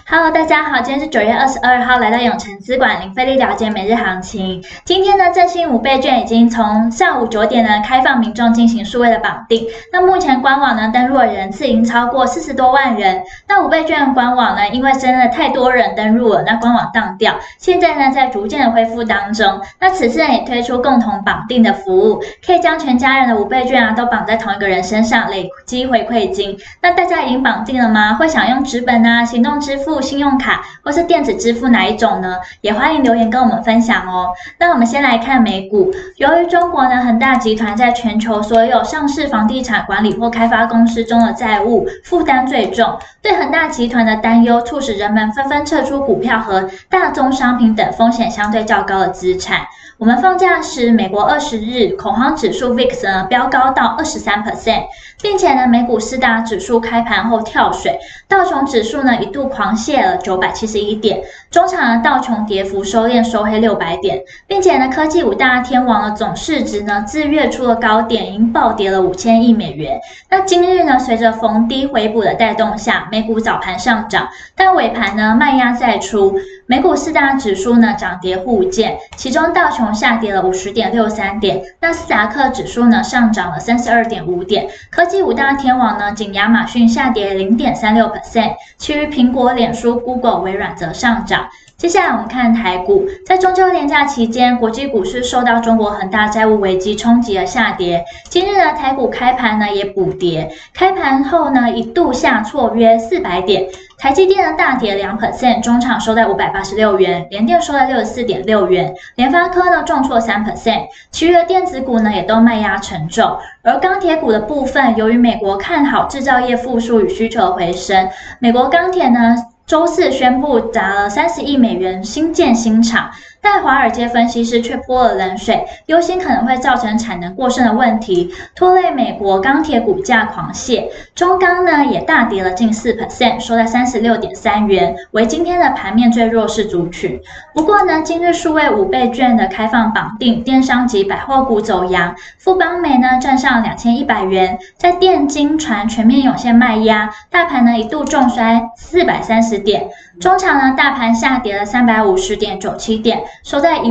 Hello，大家好，今天是9月22号，来到永诚资管零费力了解每日行情。今天呢，振兴5倍券已经从上午9点呢开放民众进行数位的绑定。那目前官网呢登录的人次已经超过40多万人。那5倍券官网呢，因为真的太多人登录了，那官网当掉，现在呢在逐渐的恢复当中。那此次呢也推出共同绑定的服务，可以将全家人的5倍券都绑在同一个人身上，累积回馈金。那大家已经绑定了吗？会想用纸本啊、行动支付、信用卡或是电子支付哪一种呢？也欢迎留言跟我们分享哦。那我们先来看美股，由于中国呢恒大集团在全球所有上市房地产管理或开发公司中的债务负担最重，对恒大集团的担忧促使人们纷纷撤出股票和大宗商品等风险相对较高的资产。我们放假时，美国20日恐慌指数 VIX 呢飙高到23%，并且呢美股4大指数开盘后跳水，道琼指数呢一度狂泻了971点，中场的道琼跌幅收敛收黑600点，并且呢科技5大天王的总市值呢自月初的高点已经暴跌了5000亿美元。那今日呢随着逢低回补的带动下，美股早盘上涨，但尾盘呢卖压再出，美股4大指数呢涨跌互见，其中道琼下跌了50.63点，纳斯达克指数呢上涨了32.5点，科技5大天王呢仅亚马逊下跌0.36%，其余苹果、脸书、Google、微软则上涨。接下来我们看台股，在中秋连假期间，国际股市受到中国恒大债务危机冲击而下跌。今日呢，台股开盘呢也补跌，开盘后呢一度下挫约400点。台积电呢大跌2%，中场收在586元，联电收在64.6元，联发科呢重挫3%，其余的电子股呢也都卖压沉重。而钢铁股的部分，由于美国看好制造业复苏与需求回升，美国钢铁呢周四宣布砸了30亿美元新建新厂，但华尔街分析师却泼了冷水，忧心可能会造成产能过剩的问题，拖累美国钢铁股价狂泻。中钢呢也大跌了近4%，收在36.3元，为今天的盘面最弱势族群。不过呢，今日数位5倍券的开放绑定，电商及百货股走阳，富邦美呢站上2100元，在电金传全面涌现卖压，大盘呢一度重摔430点，中场呢大盘下跌了350.97点，收在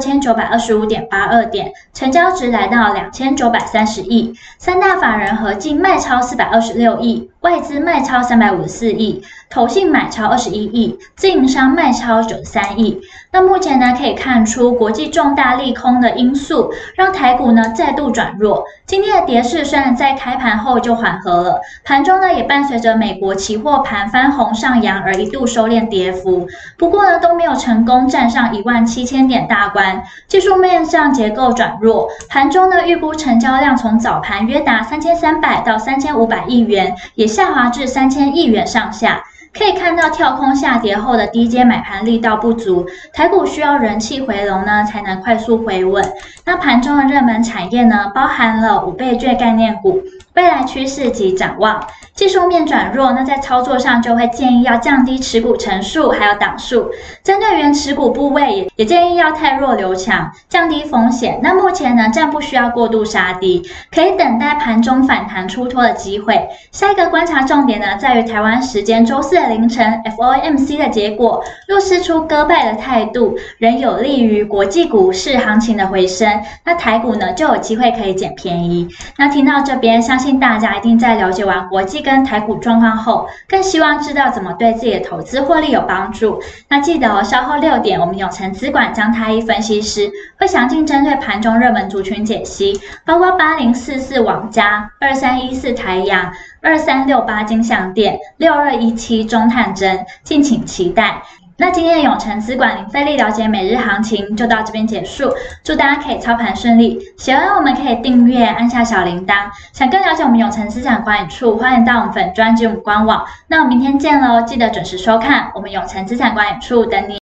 16925.82点，成交值来到2930亿，三大法人合计卖超426亿，外资卖超354亿，投信买超21亿，自营商卖超93亿。那目前呢可以看出国际重大利空的因素，让台股呢再度转弱。今天的跌势虽然在开盘后就缓和了，盘中呢也伴随着美国期货盘翻红上扬而一度收敛跌幅，不过呢都没有成功站上17000点大关。技术面上结构转弱，盘中呢预估成交量从早盘约达3300到3500亿元，也下滑至3000亿元上下。可以看到跳空下跌后的低阶买盘力道不足，台股需要人气回笼呢才能快速回稳。那盘中的热门产业呢包含了5倍券概念股，未来趋势及展望。技术面转弱，那在操作上就会建议要降低持股成数还有档数，针对原持股部位也建议要汰弱留强，降低风险。那目前呢暂不需要过度杀低，可以等待盘中反弹出脱的机会。下一个观察重点呢在于台湾时间周四的凌晨 FOMC 的结果，若释出鸽派的态度，仍有利于国际股市行情的回升，那台股呢就有机会可以捡便宜。那听到这边，相信大家一定在了解完国际跟台股状况后，更希望知道怎么对自己的投资获利有帮助。那记得稍后6点，我们永诚资管张太一分析师会详尽针对盘中热门族群解析，包括8044网家、2314台阳、2368金像电、6217中探针，敬请期待。那今天的永诚资管零费力了解每日行情就到这边结束，祝大家可以操盘顺利。喜欢我们可以订阅，按下小铃铛。想更了解我们永诚资产管理处，欢迎到我们粉专及我们官网。那我们明天见喽，记得准时收看，我们永诚资产管理处等你。